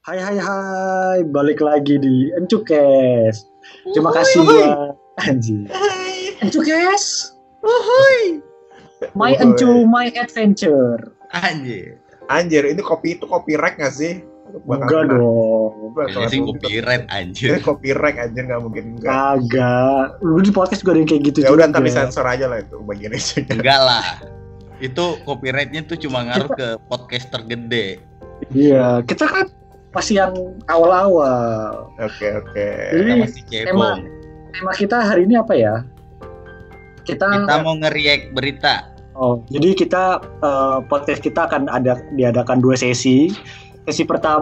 Hai hai hai, balik lagi di Encukes. Terima kasih Uhuy, buat Anji. uhuy, Encukes, uhuy. my Encu, Woi, my adventure. Anjir, anjir ini kopi itu copyright nggak sih? Enggak dong, kayaknya sih copyright anjir. Ini copyright anjir nggak mungkin enggak. kagak. Lu di podcast juga ada yang kayak gitu Ya juga. udah ntar disensor aja lah itu bagian itu. Enggak lah. Itu copyrightnya tuh cuma ngaruh ke podcaster gede. Iya, kita kan masih yang awal-awal. Oke. Jadi Kita masih cebong. tema kita hari ini apa ya? Kita mau nge-react berita. Jadi kita podcast kita akan diadakan 2 sesi. Sesi pertama,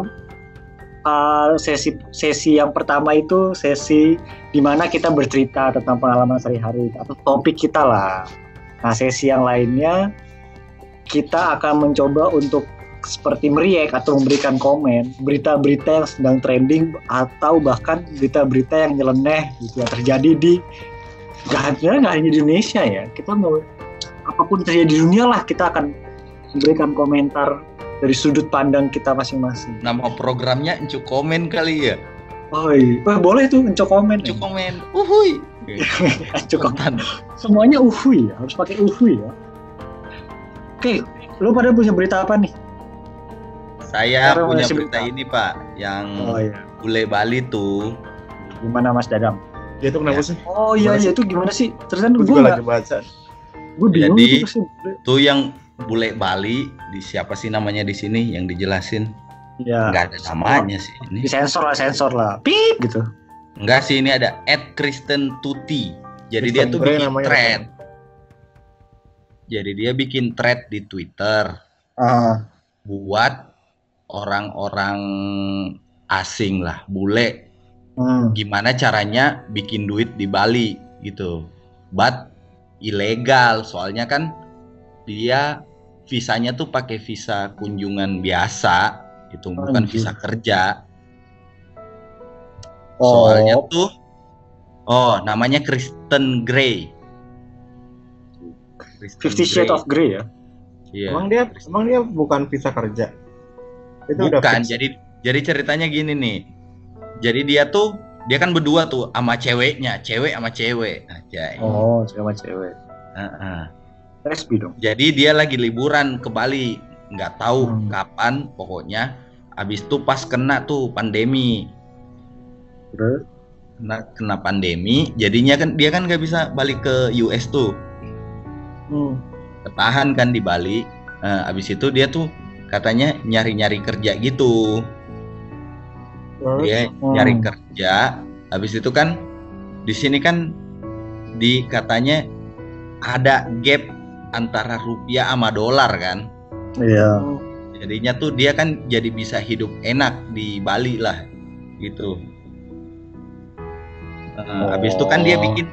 sesi yang pertama itu sesi di mana kita bercerita tentang pengalaman sehari-hari atau topik kita lah. Nah, sesi yang lainnya kita akan mencoba untuk seperti meriak atau memberikan komen berita-berita yang sedang trending atau bahkan berita-berita yang nyeleneh gitu yang terjadi di nggak hanya di Indonesia ya. Kita mau apapun terjadi di dunia lah, kita akan memberikan komentar dari sudut pandang kita masing-masing. Nama programnya Encu Komen kali ya. Boleh tuh encok komen. Encu Komen. Uhuy. Encok komen. Semuanya uhui ya, harus pakai uhui ya. Oke, lu pada punya berita apa nih? Saya Sekarang punya masih berita ini Pak, yang Iya. bule Bali tuh. Gimana Mas Dadam? Dia tuh kenapa Ya. sih? Iya Gimana sih? itu gimana sih? Ceritain Gue gue juga nggak, lagi baca. gue bingung Jadi- itu sih. Tuh yang bule Bali, di siapa sih namanya di sini yang dijelasin? Ya. Enggak ada namanya sih ini. Sensor lah. Pip gitu. Enggak sih, ini ada @Kristen_Tuti. Jadi dia Kristen tuh Grey bikin namanya thread. Jadi dia bikin thread di Twitter buat orang-orang asing lah, bule. Gimana caranya bikin duit di Bali gitu. But ilegal, soalnya kan dia visanya tuh pakai visa kunjungan biasa gitu, bukan Anjir. visa kerja. Soalnya tuh namanya Kristen Grey. 50 Shades of Grey ya. Iya. Emang dia bukan visa kerja. Itu udah Bukan, fix. jadi ceritanya gini nih. Jadi dia kan berdua tuh sama ceweknya, cewek sama cewek. Anjay. Sama cewek. Heeh. Lesbi dong. Jadi dia lagi liburan ke Bali, nggak tahu kapan, pokoknya. Abis itu pas kena tuh pandemi, Terus? kena pandemi, jadinya kan dia kan nggak bisa balik ke US tuh, ketahan kan di Bali. Abis itu dia tuh katanya nyari-nyari kerja gitu. Dia nyari kerja. Habis itu kan di sini kan katanya ada gap antara rupiah sama dolar kan. Iya. Jadinya tuh dia kan jadi bisa hidup enak di Bali lah gitu. Habis itu kan dia bikin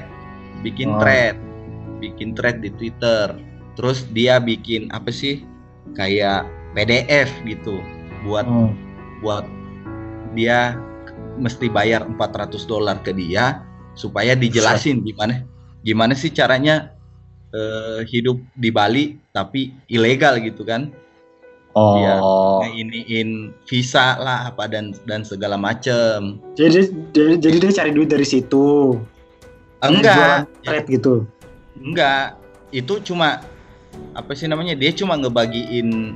thread di Twitter. Terus dia bikin apa sih? Kayak PDF gitu buat dia mesti bayar $400 ke dia supaya dijelasin gimana sih caranya hidup di Bali tapi ilegal gitu kan. Dia iniin visa lah apa dan segala macem. Jadi dia cari duit dari situ. Enggak, Thread gitu. enggak. Itu cuma apa sih namanya? Dia cuma ngebagiin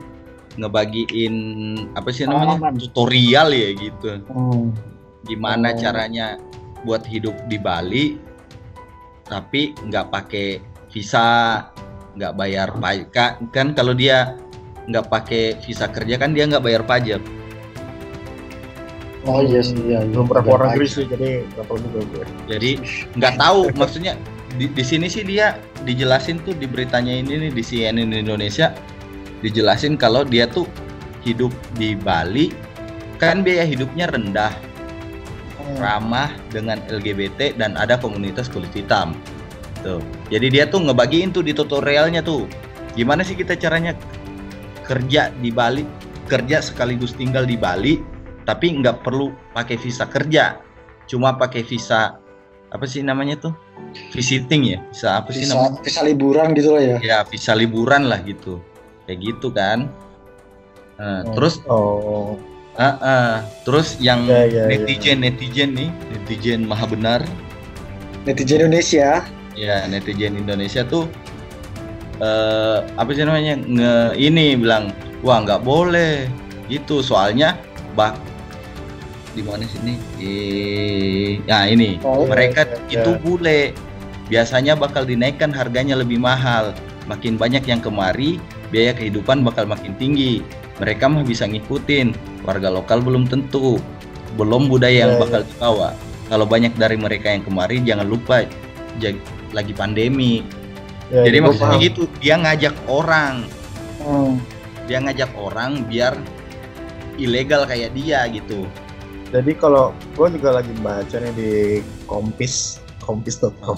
apa sih namanya? Tutorial ya gitu. Gimana caranya buat hidup di Bali tapi nggak pakai visa, nggak bayar pajak. Kan kalau dia nggak pakai visa kerja kan dia nggak bayar pajak. Iya sih, iya. Belum pernah keluar negeri sih, jadi nggak tahu juga gue. Jadi nggak tahu, maksudnya di sini sih dia dijelasin tuh di beritanya ini nih di CNN Indonesia dijelasin kalau dia tuh hidup di Bali kan biaya hidupnya rendah, ramah dengan LGBT dan ada komunitas kulit hitam. Tuh. Jadi dia tuh ngebagiin tuh di tutorialnya tuh gimana sih kita caranya kerja di Bali, kerja sekaligus tinggal di Bali tapi nggak perlu pakai visa kerja, cuma pakai visa apa sih namanya tuh, visiting ya, visa apa sih namanya, Visa liburan gitu lah ya. ya visa liburan lah gitu, kayak gitu kan. Terus Terus yang Ya. netizen maha benar. Netizen Indonesia. Ya, netizen Indonesia tuh apa sih namanya, ini bilang, wah nggak boleh itu, soalnya di mana sini? Nah ini mereka itu bule, biasanya bakal dinaikkan harganya lebih mahal. Makin banyak yang kemari, biaya kehidupan bakal makin tinggi. Mereka mah bisa ngikutin, warga lokal belum tentu. Belum budaya yang bakal dibawa. Kalau banyak dari mereka yang kemari, jangan lupa lagi pandemi. Jadi maksudnya gitu, dia ngajak orang. Dia ngajak orang biar ilegal kayak dia gitu. Jadi kalau gue juga lagi baca nih di kompis.com.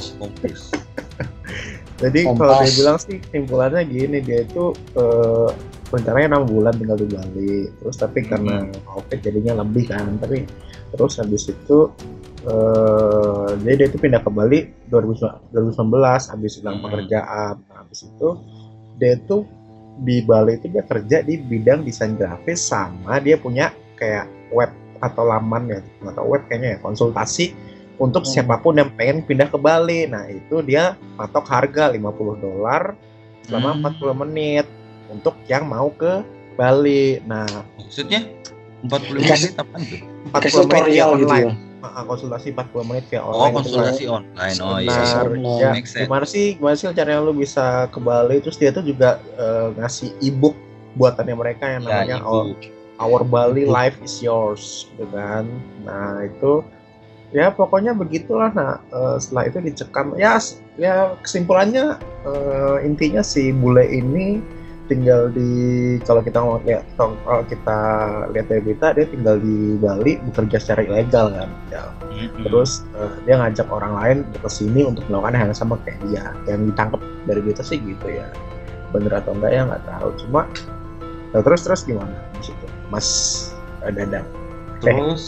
Jadi kalau dia bilang sih simpulannya gini, dia itu rencananya 6 bulan tinggal di Bali, terus tapi karena COVID jadinya lebih kan, tapi terus habis itu jadi dia itu pindah ke Bali 2019 habis hilang pekerjaan. Habis itu dia itu di Bali itu dia kerja di bidang desain grafis, sama dia punya kayak web atau laman ya, atau web kayaknya ya, konsultasi untuk siapapun yang pengen pindah ke Bali. Nah itu dia patok harga $50 selama 40 menit untuk yang mau ke Bali. Nah maksudnya 40 menit apa tuh? 40 menit via online gitu ya? Konsultasi 40 menit via online. Konsultasi online. Ya, gimana sih caranya lu bisa ke Bali? Terus dia tuh juga ngasih ebook buatannya mereka yang namanya Our Bali Life is Yours, gitu kan. Nah itu ya pokoknya begitulah. Nah setelah itu dicekam ya kesimpulannya intinya si bule ini tinggal di, kalau kita lihat dari berita, dia tinggal di Bali bekerja secara ilegal kan ya. Terus dia ngajak orang lain ke sini untuk melakukan hal yang sama kayak dia. Yang ditangkap dari berita sih gitu ya, bener atau enggak ya nggak tahu. Cuma terus gimana di situ Mas Dadang? Terus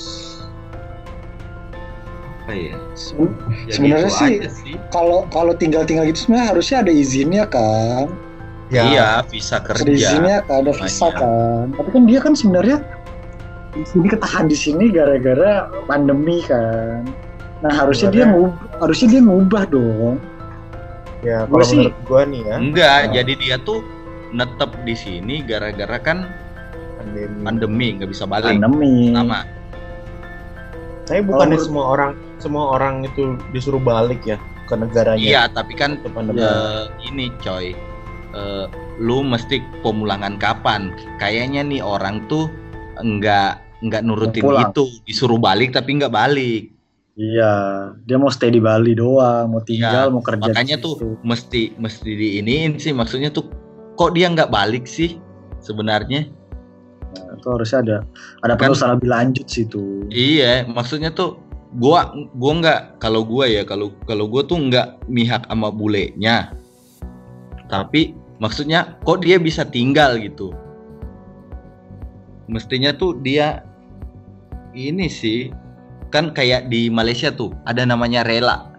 apa ya? Sebenarnya sih kalau tinggal gitu sebenarnya harusnya ada izinnya kan? Ya. Iya, visa kerja. Ada izinnya, ada visa kan. Tapi kan dia kan sebenarnya ini ketahan di sini gara-gara pandemi kan. Nah harusnya dia ngubah dong. Ya kalau menurut gua nih ya. Enggak, jadi dia tuh netep di sini gara-gara kan pandemi nggak bisa balik. Pandemi. Sama. Tapi bukannya semua orang itu disuruh balik ya ke negaranya. Iya, tapi kan ini coy. Lu mesti pemulangan kapan? Kayaknya nih orang tuh enggak nurutin itu, disuruh balik tapi enggak balik. Iya, dia mau stay di Bali doang, mau tinggal, mau kerja. Makanya tuh mesti diiniin sih, maksudnya tuh kok dia enggak balik sih sebenarnya? Nah, itu harusnya ada penulisan lebih lanjut sih tuh. Iya, maksudnya tuh gua enggak, kalau gua tuh enggak mihak sama bulenya. Tapi maksudnya kok dia bisa tinggal gitu? Mestinya tuh dia ini sih, kan kayak di Malaysia tuh ada namanya rela.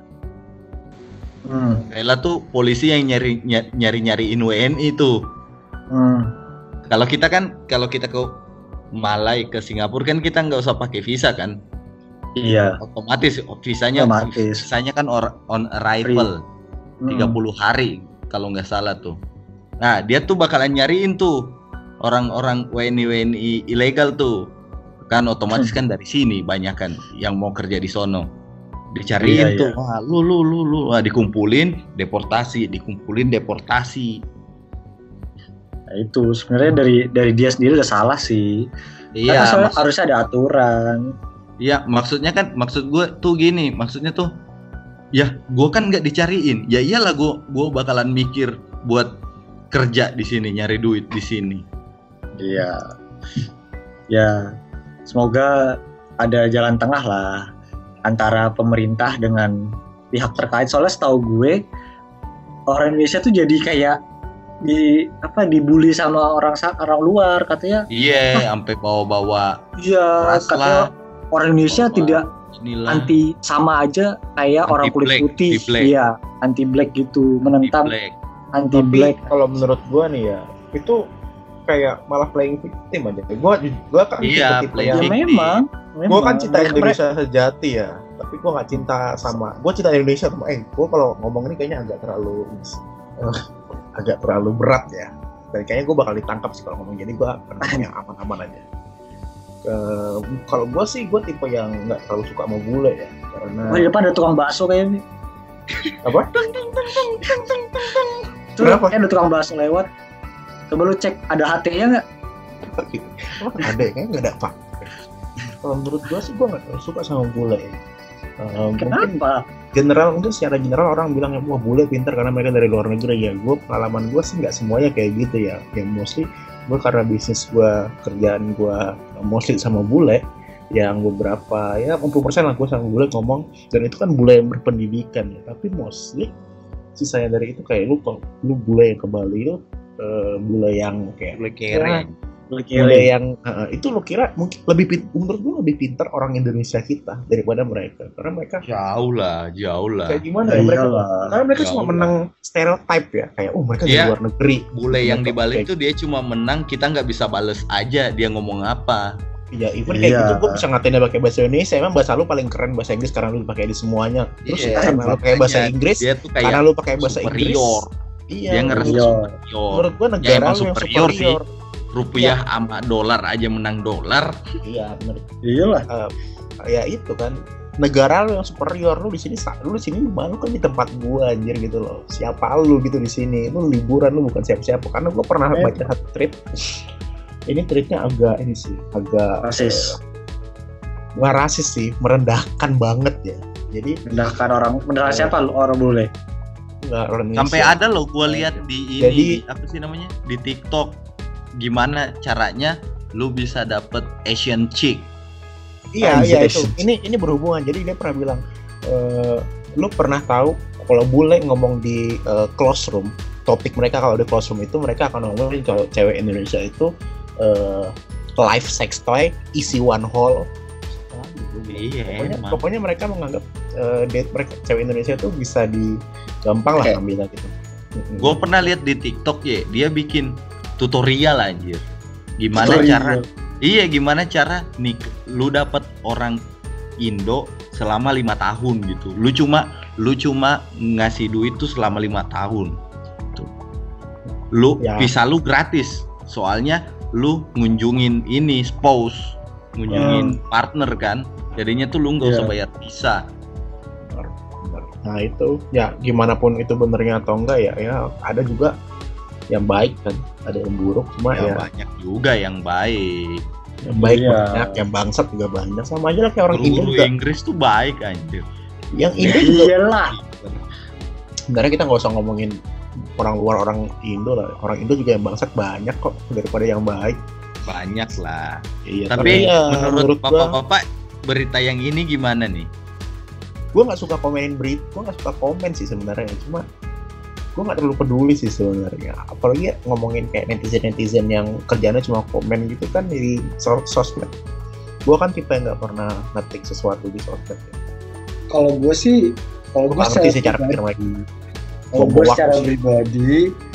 Rela tuh polisi yang nyariin WNI tuh. Kalau kita ke Malai, ke Singapura kan kita nggak usah pakai visa kan? Iya. Otomatis visanya kan on arrival 30 hari kalau nggak salah tuh. Nah dia tuh bakalan nyariin tuh orang-orang WNI ilegal tuh kan, otomatis kan dari sini banyak kan yang mau kerja di sono, dicariin tuh. Wah lu dikumpulin deportasi. Nah, itu sebenarnya dari dia sendiri udah salah sih. Iya, harusnya ada aturan. Iya, maksud gue tuh gini, maksudnya tuh ya gue kan nggak dicariin, ya iyalah gue bakalan mikir buat kerja di sini, nyari duit di sini. Iya, ya semoga ada jalan tengah lah antara pemerintah dengan pihak terkait. Soalnya setahu gue orang Indonesia tuh jadi kayak dibully sama orang luar katanya. Iya, sampai bawa-bawa. Iya, katanya orang Indonesia tidak anti, sama aja kayak anti orang kulit putih. Iya, anti black gitu, menentang anti black. Kalau menurut gua nih ya, itu kayak malah playing victim aja. Gue kan Iya, tipe playing Ya yang victim. memang. gue kan cinta Mereka- Indonesia sejati ya, tapi gue nggak cinta sama. Gue cinta Indonesia sama. Gue kalau ngomong ini kayaknya agak terlalu berat ya. Dan kayaknya gue bakal ditangkap sih kalau ngomong. Jadi gue yang aman-aman aja. Kalau gue sih gue tipe yang nggak terlalu suka sama bule ya, karena Oh, di depan ada tukang bakso kayaknya. apa? Tuh, Kenapa? ada tukang bakso lewat. Coba lu cek ada HT-nya nggak? Ada ya? Kayaknya nggak ada pak. Kalau menurut gue sih gue nggak terlalu suka sama bule. Mungkin Kenapa? mungkin secara general orang bilang wah bule pintar karena mereka dari luar negeri ya. Gue pengalaman gue sih nggak semuanya kayak gitu ya. Yang mostly gue karena bisnis gue, kerjaan gue mostly sama bule, yang beberapa ya 60% lah gue sama bule ngomong, dan itu kan bule yang berpendidikan ya. Tapi mostly sisanya dari itu kayak lu bule yang ke Bali lu bule yang kayak Boleh kere. bule yang itu lo kira mungkin menurut gue lebih pintar orang Indonesia kita daripada mereka, karena mereka Jauh lah. kayak gimana ya mereka, Iyalah. karena mereka Jauh cuma lah. menang stereotype ya, kayak mereka dari Iya. luar negeri. Bule yang di Bali Kayak- itu dia cuma menang, kita nggak bisa bales aja dia ngomong apa. Ya even kayak Iya. gitu gue bisa ngatainnya pakai bahasa Indonesia, emang bahasa lu paling keren bahasa Inggris karena lu pakai di semuanya. Terus Iya, karena lu pakai bahasa makanya Inggris, Dia tuh karena kayak lu pakai bahasa Inggris. superior. Iya. Dia ngerasa Iya. superior. Menurut gue Ya, negara emang lu yang superior sih. superior. Rupiah sama dolar aja menang dolar. Iya benar. Iyalah. Ya itu kan negara lu yang superior, lu di sini lu malu kan di tempat gua anjir gitu loh. Siapa lu gitu di sini? Lu liburan, lu bukan siapa-siapa. Karena gua pernah baca satu tweet. Ini tweetnya agak Rasis. nggak rasis sih, merendahkan banget ya. Jadi Mendahkan siapa lu orang bule? nggak orang Indonesia. Sampai ada loh gua lihat di ini Jadi- apa sih namanya? Di TikTok. Gimana caranya lu bisa dapet Asian chick? Iya Anjir. itu. Ini berhubungan. Jadi dia pernah bilang, lu pernah tahu kalau bule ngomong di close room, topik mereka kalau di close room itu mereka akan ngomongin kalau cewek Indonesia itu live sex toy isi one hole. Iya, emang. Pokoknya mereka menganggap date mereka cewek Indonesia itu bisa gampang lah Oke. ngambilnya gitu. Gue pernah lihat di TikTok ya, dia bikin tutorial anjir. Gimana Tutorial. cara? Iya, gimana cara nih lu dapat orang Indo selama 5 tahun gitu. Lu cuma ngasih duit tuh selama 5 tahun. Tuh. Lu Ya. visa lu gratis. Soalnya lu ngunjungin ini spouse, ngunjungin partner kan. Jadinya tuh lu nggak usah Iya. bayar visa. Benar. Nah itu ya gimana pun itu benernya atau enggak ya ada juga yang baik kan, ada yang buruk, cuma Ya, ya banyak juga yang baik. yang baik Iya. banyak, yang bangsat juga banyak. Sama aja lah kayak orang Indo Guru juga. Inggris tuh baik anjir. Yang Indo juga Iyalah. sebenarnya kita nggak usah ngomongin orang luar, orang Indo lah. Orang Indo juga yang bangsat banyak kok daripada yang baik. Banyak lah. Iya, Tapi ya, menurut gua, bapak-bapak berita yang ini gimana nih? gue nggak suka komenin berita, gue nggak suka komen sih sebenarnya. Cuma gue nggak terlalu peduli sih sebenarnya. Apalagi ya, ngomongin kayak netizen yang kerjanya cuma komen gitu kan di sosmed. Gue kan tipe yang nggak pernah ngetik sesuatu di sosmed. Ya. Kalau gue sih, Gue nggak ngerti sih cara pikir lagi. Kalau gue Bawa secara waktu. pribadi,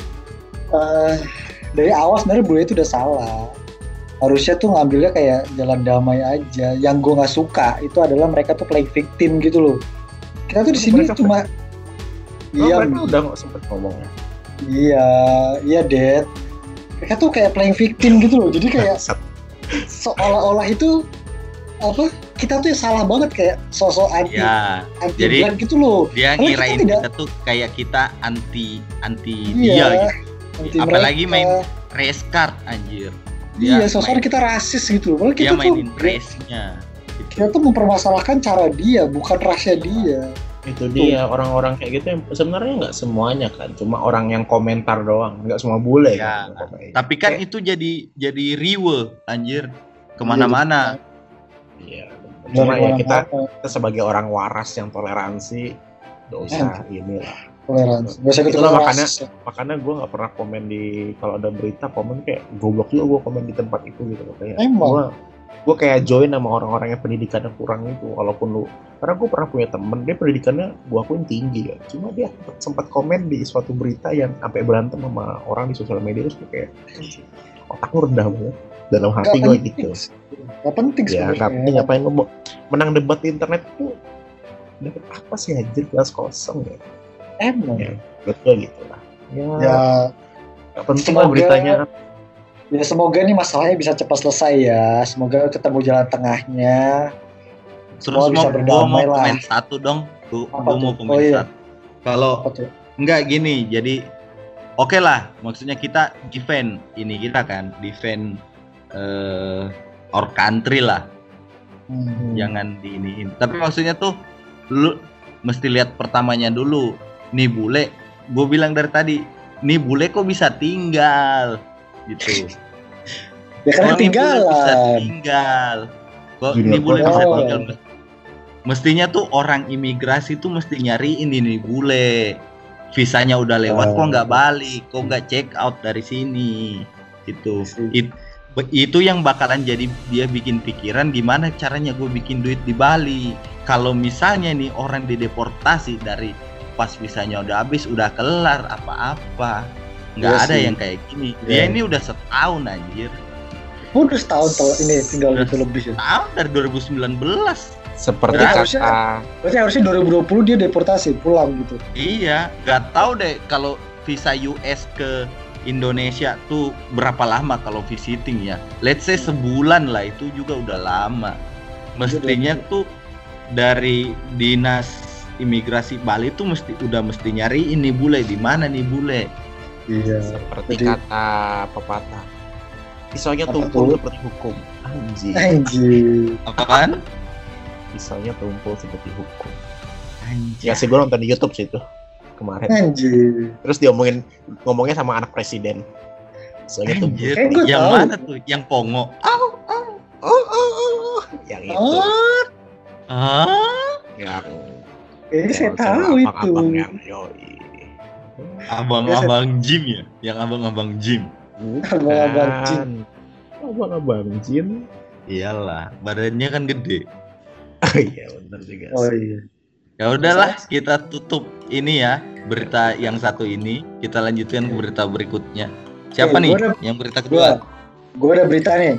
dari awal sebenarnya bule itu udah salah. Harusnya tuh ngambilnya kayak jalan damai aja. Yang gue nggak suka itu adalah mereka tuh playing victim gitu loh. Kita tuh di sini Mereka- cuma, Mereka udah nggak sempet ngomong. iya, Dad. Mereka tuh kayak playing victim gitu loh. Jadi kayak Bangsat. seolah-olah itu apa? Kita tuh salah banget kayak sosok anti Ya, anti jadi- brand gitu loh. dia Padahal ngirain kita tidak- kita tuh kayak kita anti Iya. dia gitu. Anti Apalagi mereka. race card anjir. Iya, sosok kita rasis gitu. Padahal dia kita tuh mainin race-nya. kita tuh mempermasalahkan cara dia, bukan rasnya dia. Itu dia orang-orang kayak gitu yang sebenarnya nggak semuanya kan, cuma orang yang komentar doang, nggak semua bule Ya, kan. Tapi kan itu jadi riwe anjir kemana-mana. Iya. Dari Cuma ya orang kita apa, sebagai orang waras yang toleransi, nggak usah inilah. toleransi. Gak usah Itulah ketemu makanya- rasis. Makanya gue nggak pernah komen di kalau ada berita komen kayak goblok juga gue komen di tempat itu gitu loh. Kayak Emang? gue gue kayak join sama orang-orang yang pendidikannya kurang itu, walaupun lu, karena gue pernah punya temen dia pendidikannya gue akuin tinggi ya, cuma dia sempat komen di suatu berita yang sampai berantem sama orang di sosial media, terus gue kayak otak lu rendah banget dalam hati gue gitu. Gak penting Ya nggak penting, ngapain lu mau menang debat di internet tuh dapat apa sih anjir, kelas kosong ya. Emang Ya betul gitu lah ya, nggak penting lah semoga- beritanya. ya semoga nih masalahnya bisa cepat selesai ya, semoga ketemu jalan tengahnya. Terus Semua bisa gua mau berdamai lah. komen satu dong. Apa Gua mau tuh? komen Oh, iya. satu. Kalau Apa tuh? enggak gini, jadi oke lah, maksudnya kita defend ini kita kan, defend our country lah, jangan diiniin. Tapi maksudnya tuh lu mesti lihat pertamanya dulu. Nih bule, gue bilang dari tadi, nih bule kok bisa tinggal gitu. Ya karena Kok nih bule bisa tinggalan. tinggal. Kok Junior nih bule bisa protokol. tinggal. Mestinya tuh orang imigrasi tuh mesti nyariin ini bule. Visanya udah lewat kok nggak balik, kok nggak check out dari sini. Gitu. Itu yang bakalan jadi dia bikin pikiran gimana caranya gue bikin duit di Bali. Kalau misalnya nih orang dideportasi dari pas visanya udah habis, udah kelar apa-apa. Nggak Iya ada sih. yang kayak gini. Iya. Dia ini udah setahun anjir. Udah setahun ini tinggal Udah gitu lebih ya. Tahun dari 2019. Seperti Ya, kata Berarti harusnya 2020 dia deportasi pulang gitu. Iya, nggak tahu deh kalau visa US ke Indonesia tuh berapa lama kalau visiting ya. Let's say sebulan lah, itu juga udah lama. Mestinya tuh dari dinas imigrasi Bali tuh mesti nyari ini bule di mana nih bule. Iya. seperti Jadi- kata pepatah, pisaunya Apa tumpul tuh? seperti hukum. Anjir, Anjir. Apaan? pisaunya tumpul seperti hukum. Anjir. Ya sih, gue nonton di YouTube sih itu kemarin. Anjir. Terus ngomongnya sama anak presiden. Pisaunya tumpul. Anjir. Kayak gue Yang tahu. mana tuh? Yang Pongo. Oh. Yang itu. Ah, Yang Kayaknya saya yang tahu itu. abang-abang yang yoi. abang-abang gym ya? Yang abang-abang gym. Abang-abang Jin. Abang-abang Jin. Iyalah, badannya kan gede. Oh iya benar juga. Oh sih. iya. Ya udahlah, kita tutup ini ya berita yang satu ini. Kita lanjutkan ke berita berikutnya. Siapa Oke, nih gua ada- yang berita kedua? Gue ada berita nih.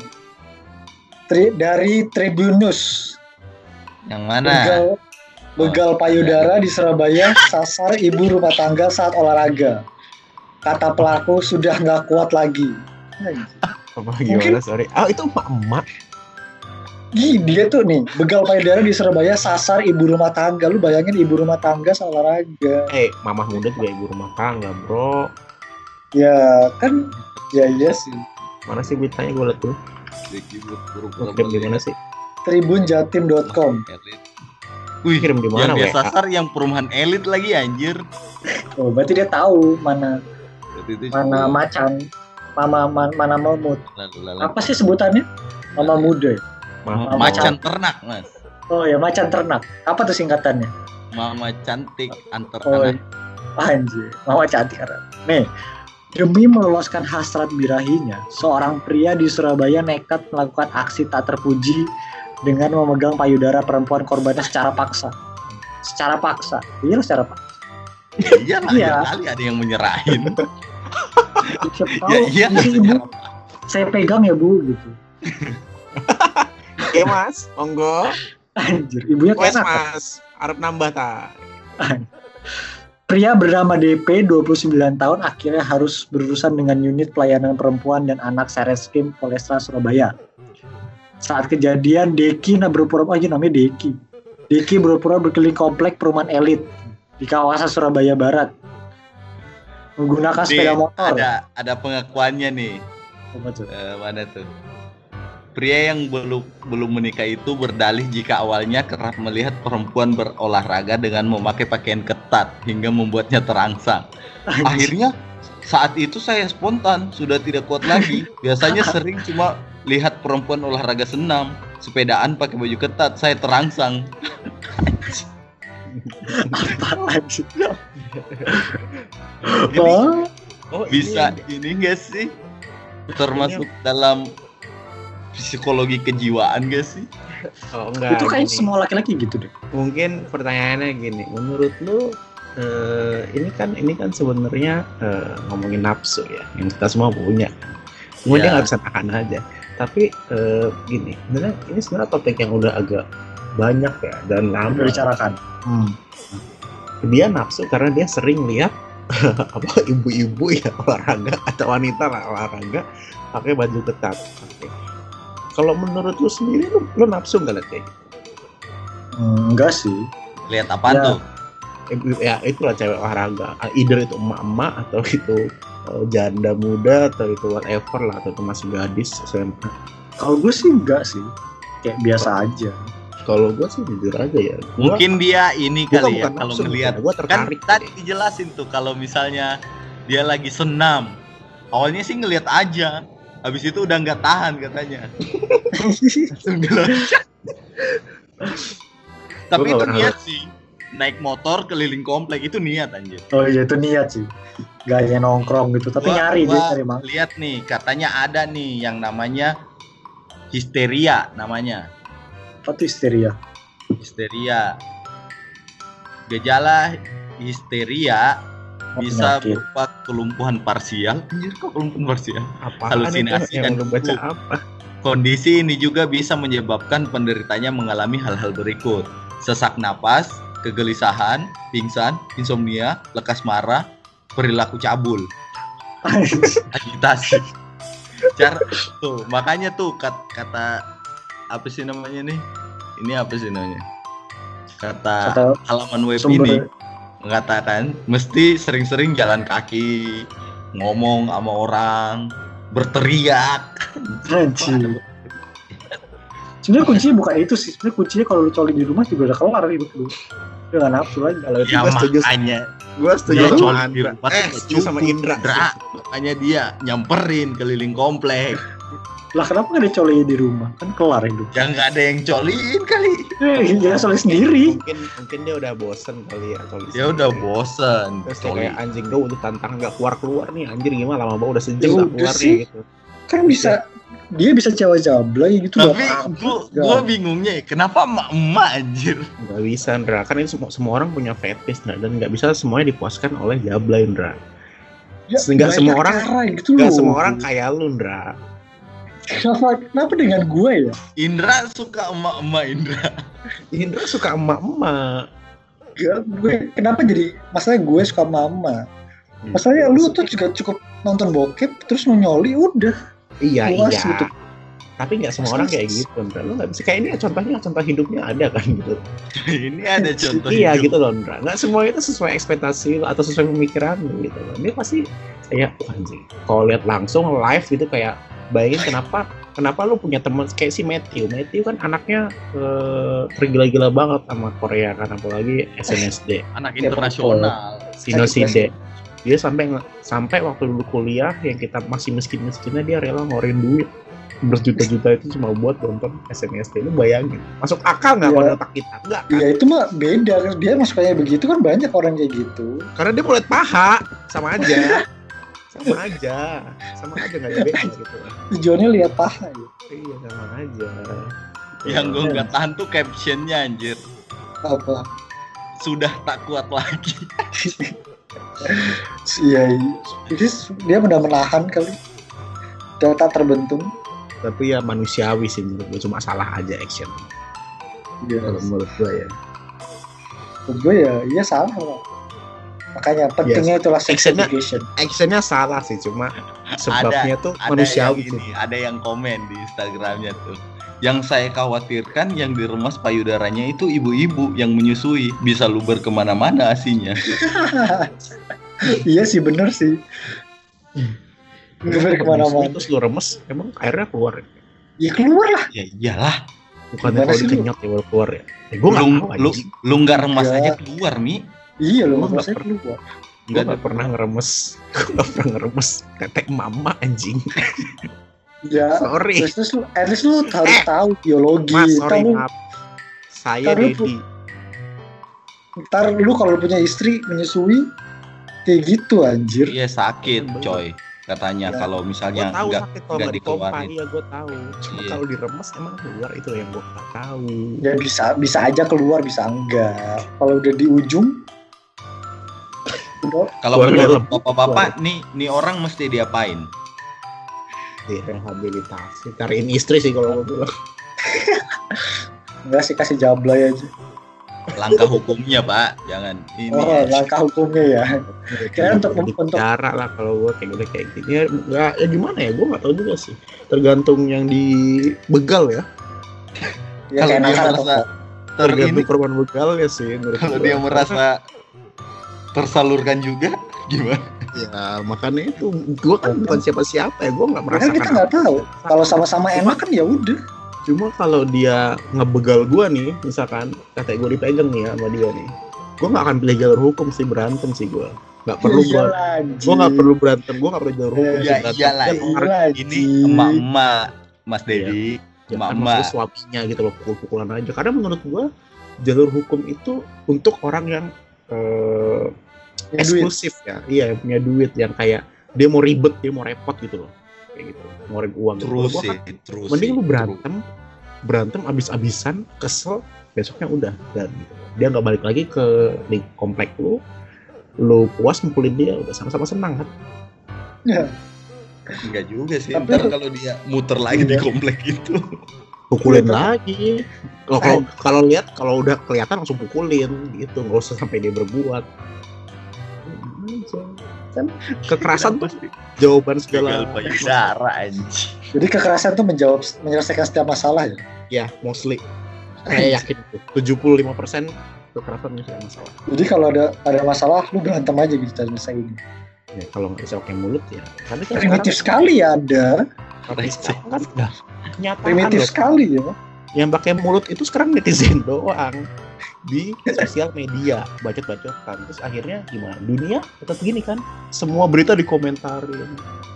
Dari Tribun News. Yang mana? Begal payudara di Surabaya sasar ibu rumah tangga saat olahraga. Kata pelaku sudah nggak kuat lagi. Apa gimana, sorry. Ah, itu emak-emak. Dia tuh nih, begal payudara di Surabaya sasar ibu rumah tangga. Lu bayangin ibu rumah tangga saat olahraga. Mamah muda juga ibu rumah tangga, bro. Ya kan, ya iya sih. Mana sih beritanya, gue liat tuh. Lu kirim di mana sih? Tribunjatim.com. Wih, Kirim di mana, yang dia WA? sasar yang perumahan elit lagi anjir. Oh, berarti dia tahu mana Itu macan, mana mamut. lalu. Apa sih sebutannya? Mama muda. Ya? Mama Macan ternak, Mas. Oh ya, macan ternak. Apa tuh singkatannya? Mama cantik antar Oh, anak. anjir, mama cantik kan. Nih, demi meloloskan hasrat birahinya, seorang pria di Surabaya nekat melakukan aksi tak terpuji dengan memegang payudara perempuan korbannya secara paksa. Secara paksa. Iya, secara paksa. Iya lah, Iya. kali ada yang menyerahin. Siapa tahu, Ya iya lah. "Ini, Ibu, saya pegang ya, Bu," gitu. Oke, Mas. Monggo. Anjir, ibunya Wes, kayak enak. Mas. Arep nambah ta. Pria bernama DP 29 tahun akhirnya harus berurusan dengan unit pelayanan perempuan dan anak Satreskrim Polresta Surabaya. Saat kejadian, Deki namanya Deki. Deki berpura berkeliling komplek perumahan elit di kawasan Surabaya Barat menggunakan sepeda motor. Ada pengakuannya nih. Apa tuh? Mana tuh? Pria yang belum menikah itu berdalih jika awalnya kerap melihat perempuan berolahraga dengan memakai pakaian ketat hingga membuatnya terangsang. Akhirnya saat itu saya spontan, sudah tidak kuat lagi. Biasanya sering cuma lihat perempuan olahraga senam, sepedaan pakai baju ketat, saya terangsang. Apaan sih? Ini Oh, Oh, bisa ini enggak sih? Termasuk dalam psikologi kejiwaan gak sih? Oh enggak. Itu kayak gini. semua laki-laki gitu deh. Mungkin pertanyaannya gini, menurut lu ini kan sebenarnya ngomongin nafsu ya, yang kita semua punya. Cuma dia Ya. nggak bisa tahan aja. Tapi gini, ini sebenarnya topik yang udah agak banyak ya dan lama. Dibicarakan. Dia nafsu karena dia sering lihat apa ibu-ibu ya olahraga atau wanita lah olahraga pakai baju ketat. Oke. Kalau menurut lu sendiri, lu nafsu nggak lihat kayak gitu? Enggak sih. Lihat apaan Ya. tuh? Ya itulah cewek olahraga, either itu emak-emak atau itu janda muda atau itu whatever lah, atau itu masih gadis SMA. Kalau gue sih enggak sih. Kayak biasa aja. Kalau gue sih jujur aja ya, gua Mungkin dia ini Gua kali ya bukan kalau nafsu, ngelihat. gua Kan tertarik. tadi dijelasin tuh kalau misalnya dia lagi senam. Awalnya sih ngelihat aja. Habis itu udah nggak tahan katanya. Langsung diloncat. Tapi Gua nggak itu pernah niat sih. Naik motor keliling komplek itu niat anjir. Oh iya itu niat sih. Gak hanya nongkrong gitu, tapi nyari dia cari mang. Lihat nih, katanya ada nih yang namanya histeria namanya. Apa tuh histeria? Histeria. Gejala histeria bisa Penyakit. berupa kelumpuhan parsial. Anjir kok kelumpuhan parsial? apaan Halusinasi itu yang dan lu baca gugup. apa? Kondisi ini juga bisa menyebabkan penderitanya mengalami hal-hal berikut: sesak napas, kegelisahan, pingsan, insomnia, lekas marah, perilaku cabul, agitasi. Cara tuh, makanya tuh kata apa sih namanya nih? Ini apa sih namanya? Kata Kata halaman web ini sumber mengatakan mesti sering-sering jalan kaki, ngomong sama orang, berteriak. anjir. Sebenarnya kuncinya bukan itu sih. Sebenarnya kuncinya kalau lu coli di rumah juga udah kelar hidup lu. Udah gak nafsu lagi. Kalau itu Ya gue setuju, makanya gue setuju dia sama coli di Andra. rumah tuh nggak Setuju sama cukup, Indra. Makanya dia nyamperin keliling komplek. Lah kenapa gak ada coli di rumah? Kan kelar hidup. Ya nggak ada yang coliin kali. Jangan coli sendiri. Mungkin dia udah bosen kali ya coli. Ya udah bosen Terus dia coli. kayak anjing gue untuk tantangan gak keluar nih, anjir gimana lama banget udah Ya sejam gak udah keluar sih. nih gitu. Kan bisa dia bisa jablay gitu. Tapi nggak apa-apa. gua bingungnya ya, kenapa emak anjir? Gak bisa Indra, kan ini semua orang punya fetish Indra, dan gak bisa semuanya dipuaskan oleh jablay Indra. Ya, Nggak banyak semua orang- cara gitu Gak loh. semua orang kayak lu Indra. Kenapa dengan gue ya? Indra suka emak-emak Indra. Indra suka emak-emak. Kenapa jadi masalahnya gue suka mama? Masalahnya lu tuh juga cukup nonton bokep terus nyoli udah. Iya puas iya. gitu. Tapi nggak semua orang kayak gitu Indra. Lu nggak bisa kayak ini contoh hidupnya ada kan gitu. Ini ada contoh. Iya hidup. gitu loh Indra. Nggak semua itu sesuai ekspektasi lu atau sesuai pemikiran lu gitu loh. Dia pasti kayak wah, anjing. Kalau lihat langsung live gitu kayak bayangin kenapa lu punya teman kayak si Matthew kan anaknya tergila-gila banget sama Korea kan, apalagi SNSD Anak internasional. Sinoside. Dia sampai waktu dulu kuliah yang kita masih miskin-miskinnya dia rela ngeluarin duit berjuta-juta itu cuma buat nonton SNSD. Lu bayangin masuk akal nggak Iya. pada otak kita? Enggak kan? Ya itu mah beda. Dia masuknya begitu kan banyak orang kayak gitu. Karena dia boleh paha sama aja nggak ada beda gitu. Tujuannya lihat paha ya. Iya sama aja. Yang gue nggak tahan tuh captionnya anjir. Apa? Sudah tak kuat lagi. Iya. Jadi dia benar menahan kali. Data terbentuk. Tapi ya manusiawi sih menurut gue, cuma salah aja action. Kalau menurut gue ya. Menurut gue ya, iya salah lah. Makanya pentingnya itulah sex Actionnya- education. Actionnya salah sih, cuma sebabnya tuh manusiawi yang tuh. ini, ada yang komen di Instagramnya tuh. Yang saya khawatirkan yang diremas payudaranya itu ibu-ibu yang menyusui, bisa luber kemana-mana asinya. Iya sih bener sih. Bener kemana-mana. Terus lu remes, emang airnya keluar. Ya keluar lah. Ya iyalah, Bukannya Gimana kalau sih lu? dikenyot ya baru keluar ya. Gue nggak tahu anjing. lu nggak remas Iya. aja keluar Mi. Iya loh, Gua nggak maksudnya keluar. Gue Nggak nggak pernah ngeremes. Gue nggak pernah ngeremes tetek mama anjing. Ya. Sorry. At least lu harus tahu biologi. Mas, sorry Ntar lu- maaf. Saya Ntar lu- Dedi. Ntar lu kalau punya istri menyusui kayak gitu anjir. Iya sakit coy. katanya Ya, kalau gue misalnya tahu nggak sakit kalau nggak dipompa, dikeluarin. iya gue tahu. Cuma Iya. kalau diremes emang keluar, itu yang gue nggak tahu. Ya bisa aja keluar, bisa enggak. Kalau udah di ujung, udah Kalau Keluar menurut dalam. bapak-bapak nih orang mesti diapain? Direhabilitasi, cariin istri sih kalau gue bilang. enggak sih, kasih jablay aja. Langkah hukumnya pak, jangan ini. Oh, langkah hukumnya ya. Kira untuk cara lah kalau gue kayak gini ya, nggak ya gimana ya, gue nggak tahu juga sih, tergantung yang dibegal ya, Ya Kalau kayak dia nakal atau merasa enggak. tergantung ini, korban begal ya sih menurut kalau gua. dia merasa tersalurkan juga gimana? Ya makanya itu gue kan bukan siapa-siapa ya, gue nggak Kan merasakan kita nggak tahu. Kalau sama-sama enak kan ya udah. Cuma kalau dia ngebegal gue nih, misalkan katanya gue dipegang nih ya sama dia nih, gue nggak akan pilih jalur hukum sih, berantem sih gue. Nggak perlu gue nggak perlu berantem, gue nggak perlu jalur hukum sih, Ya berantem. iyalah, ini emak-emak Mas Dedi, Ya kan emak-emak. maksudnya suaminya gitu loh, pukul-pukulan aja. Karena menurut gue jalur hukum itu untuk orang yang eksklusif ya, iya yang punya duit, yang kayak dia mau ribet, dia mau repot gitu loh, kayak gitu, ngeluarin uang. Terus Gua sih, kan, terus. mending sih, lu berantem abis-abisan, kesel, besoknya udah dan gitu. Dia nggak balik lagi ke di komplek lu puas mukulin dia, udah sama-sama senang kan. Ya, Enggak juga sih. Tapi- Ntar kalau dia muter lagi di Iya. komplek itu. Pukulin lagi. Kalau lihat, kalau udah kelihatan langsung pukulin gitu, nggak usah sampai dia berbuat. Kan kekerasan tuh jawaban segala. Gagal payudara anjing. jadi kekerasan tuh menyelesaikan setiap masalah ya. Ya, mostly. Saya yakin itu. 75% kekerasan misalnya masalah. Jadi kalau ada masalah, lu berantem aja gitu cara nyelesain. Ya, kalau nggak bisa pakai mulut ya. Tapi kan Primitif sekali ya ada. sekarang kan udah kenyataan Primitif loh. sekali ya. Yang pakai mulut itu sekarang netizen doang di sosial media, bacot-bacotan. Terus akhirnya gimana? Dunia tetap gini kan? Semua berita dikomentarin.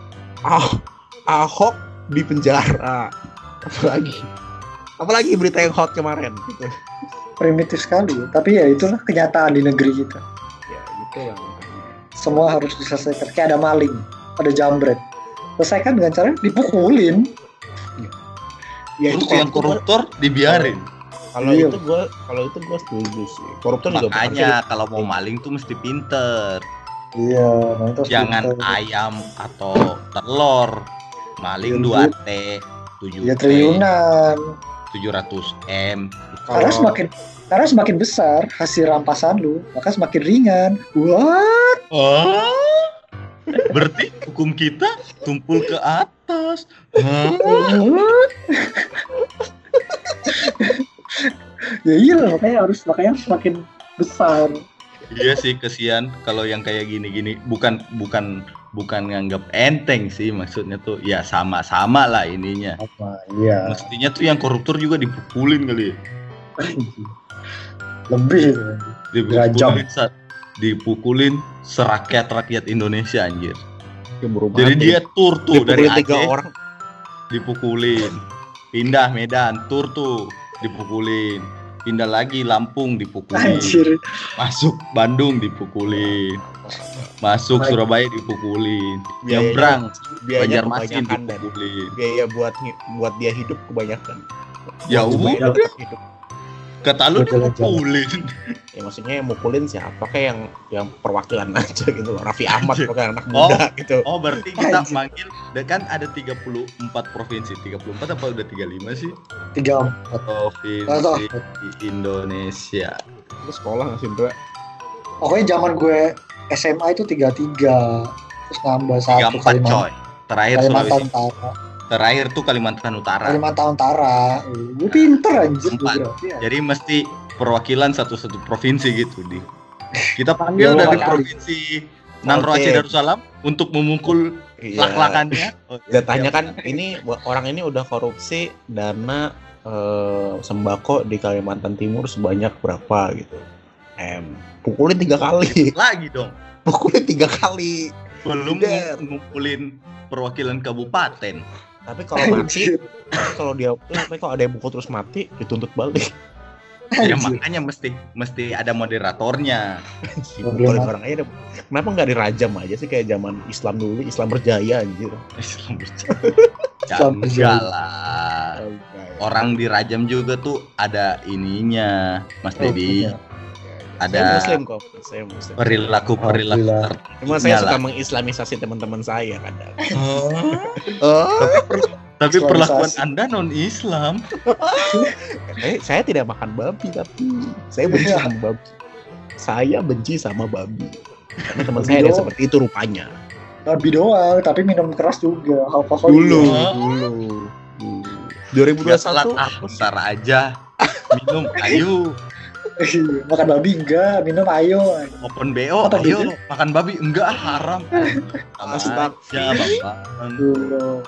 Ahok di penjara. Apalagi berita yang hot kemarin gitu. Primitif sekali. Tapi ya itulah kenyataan di negeri kita. Ya gitu lah makanya. Semua harus diselesaikan. Kayak ada maling, ada jambret. Selesaikan dengan cara dipukulin. Ya Terus yang koruptor dibiarin. Kalau Iya. itu gue setuju sih. Koruptor juga Makanya kalau mau maling tuh mesti pinter. Iya, nah itu harus Jangan pinter. ayam atau telur. Maling 2T, 7T, Ya triliunan. 700M. Karena semakin besar hasil rampasan lu, maka semakin ringan. What? Oh, berarti hukum kita tumpul ke atas. Hah? Ya iya lah, makanya semakin besar. Iya sih, kesian kalau yang kayak gini-gini. Bukan nganggap enteng sih, maksudnya tuh ya sama-sama lah ininya. Apa? Iya. Mestinya tuh yang koruptor juga dipukulin kali ya. Lebih itu. Dirajam. Dipukulin serakyat-rakyat Indonesia anjir. Perumahan Jadi dia tur tuh dari dipukulin 3 Aceh orang. dipukulin. Pindah Medan, tur tuh dipukulin. Pindah lagi Lampung dipukulin. Anjir. Masuk Bandung dipukulin. Masuk Surabaya dipukulin. Nyebrang biayanya Banjarmasin kebanyakan dan dipukulin. biaya buat dia hidup kebanyakan. Ya Buat udah, dia hidup. kata lu Jalan-jalan. dipukulin. Ya maksudnya yang mukulin siapa kayak yang perwakilan aja gitu loh. Raffi Ahmad Anjir. pakai anak muda gitu. Oh berarti kita Anjir. manggil, kan ada 34 provinsi. 34 apa udah 35 sih? 3. Provinsi di Indonesia. Itu sekolah nggak sih Bro? Pokoknya zaman gue SMA itu 33. Terus nambah 1 34 coy. Terakhir Kalimantan Sulawesi. Utara. Terakhir tuh Kalimantan Utara. Kalimantan Utara. Gue pinter anjir. Empat. geografi ya. Jadi mesti perwakilan satu provinsi gitu di. Kita panggil Iya, dari kali. provinsi Nangro Oke. Aceh Darussalam untuk memukul Iya. lak-lakannya. Oh, iya. Datanya kan ini orang ini udah korupsi dana sembako di Kalimantan Timur sebanyak berapa gitu. Pukulin 3 kali. Lagi dong. Pukulin 3 kali. Belum Der. ngumpulin perwakilan kabupaten. Tapi kalau mati, kalau dia tapi kalau ada yang pukul terus mati dituntut balik. Ya makanya mesti ada moderatornya. Boleh orang aja. Kenapa nggak dirajam aja sih kayak zaman Islam dulu, Islam berjaya anjir. Islam enggak lah. Orang dirajam juga tuh ada ininya, Mas Dedi. Ada saya Muslim. perilaku Cuma saya suka mengislamisasi teman-teman saya kadang. Tapi perlakuan Anda non-Islam. Saya tidak makan babi, tapi saya benci sama babi. Saya benci sama babi. Karena teman saya ada seperti itu rupanya. Babi doang, tapi minum keras juga. Alkohol Dulu. 2021 Bentar aja. Minum, ayo. Makan babi enggak, minum ayo. Open BO, Apa ayo. gitu? Makan babi enggak, haram. Sama aja, Bapak. Dulu.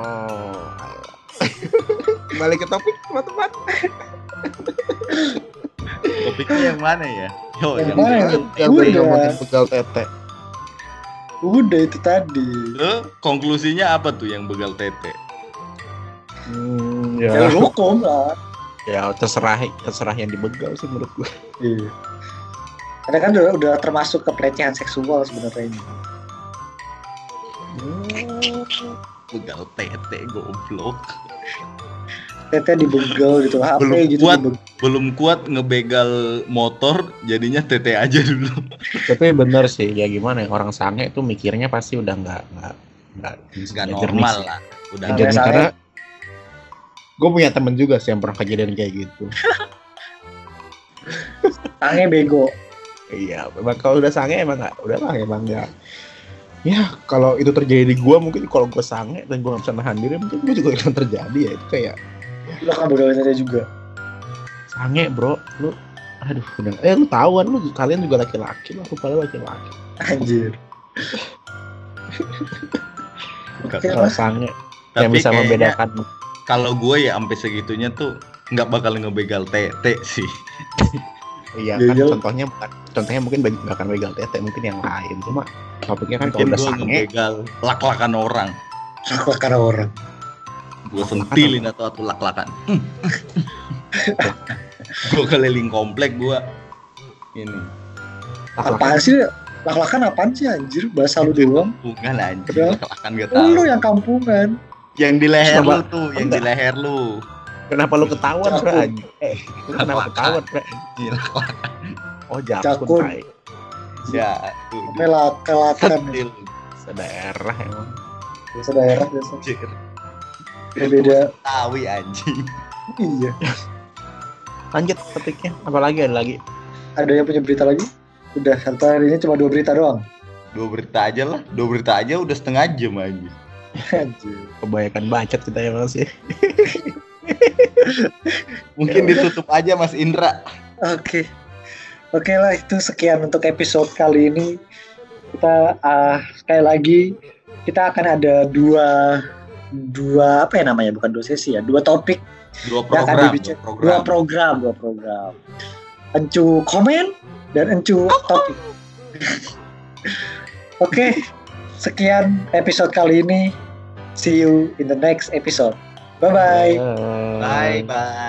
Balik ke topik, teman-teman. Topiknya yang mana ya? Yang mana? Yang ngomongin begal tete. Udah itu tadi. Konklusinya apa tuh yang begal tete? Ya hukum lah. Ya terserah yang dibegal sih menurut gue. Iya. Karena kan udah termasuk kepelecehan seksual sebenarnya ini. Begal tete goblok. Tete dibegal gitu, HP gitu. Belum kuat ngebegal motor, jadinya tete aja dulu. Tapi bener sih, ya gimana ya, orang sange itu mikirnya pasti udah nggak normal lah. Udah jadi karena gue punya temen juga sih yang pernah kejadian kayak gitu. Sange bego. Iya, memang kalau udah sange emang nggak. Ya kalau itu terjadi di gue, mungkin kalau gue sange dan gue nggak bisa nahan diri, mungkin gue juga akan terjadi ya. Itu kayak Lu kan begal tete juga. sange bro, lu aduh udah, lu tahu kan, lu kalian juga laki-laki, aku pada laki-laki. Anjir. Kalau sange yang bisa membedakan. Kalau gue ya sampai segitunya tuh nggak bakal ngebegal tete sih. Iya kan, contohnya mungkin nggak akan begal tete, mungkin yang lain. Cuma topiknya kan kalau udah sange, ngebegal lak-lakan orang. Lak-lakan orang. Gue sentilin atau lak-lakan. Gue keliling komplek gue ini. Apaan sih? Lak-lakan apaan sih anjir? Bahasa lu doang. Bukan anjir, lak-lakan gak tahu. Lu yang kampungan. Yang di leher lu tuh, yang di leher lu. Kenapa lu ketahuan, Bro? Kenapa ketahuan, Bro? Lak-lakan. Oh, jakun. Ya, tuh. Lak-lakan. Sedaerah emang. Sedaerah biasa. Beda. Tawi anjing. Iya. Lanjut topiknya. Apalagi ada lagi? Ada yang punya berita lagi? Udah, sampai hari ini cuma 2 berita doang. 2 berita aja lah. 2 berita aja udah setengah jam aja. Anjir. Kebanyakan bacot kita ya Mas ya. Mungkin ditutup aja Mas Indra. Oke lah, itu sekian untuk episode kali ini. Kita sekali lagi kita akan ada dua apa ya namanya, bukan 2 sesi ya, 2 topik, 2 program. 2 program. Encu komen dan encu topik. Oke, sekian episode kali ini. See you in the next episode. Bye bye. Bye bye.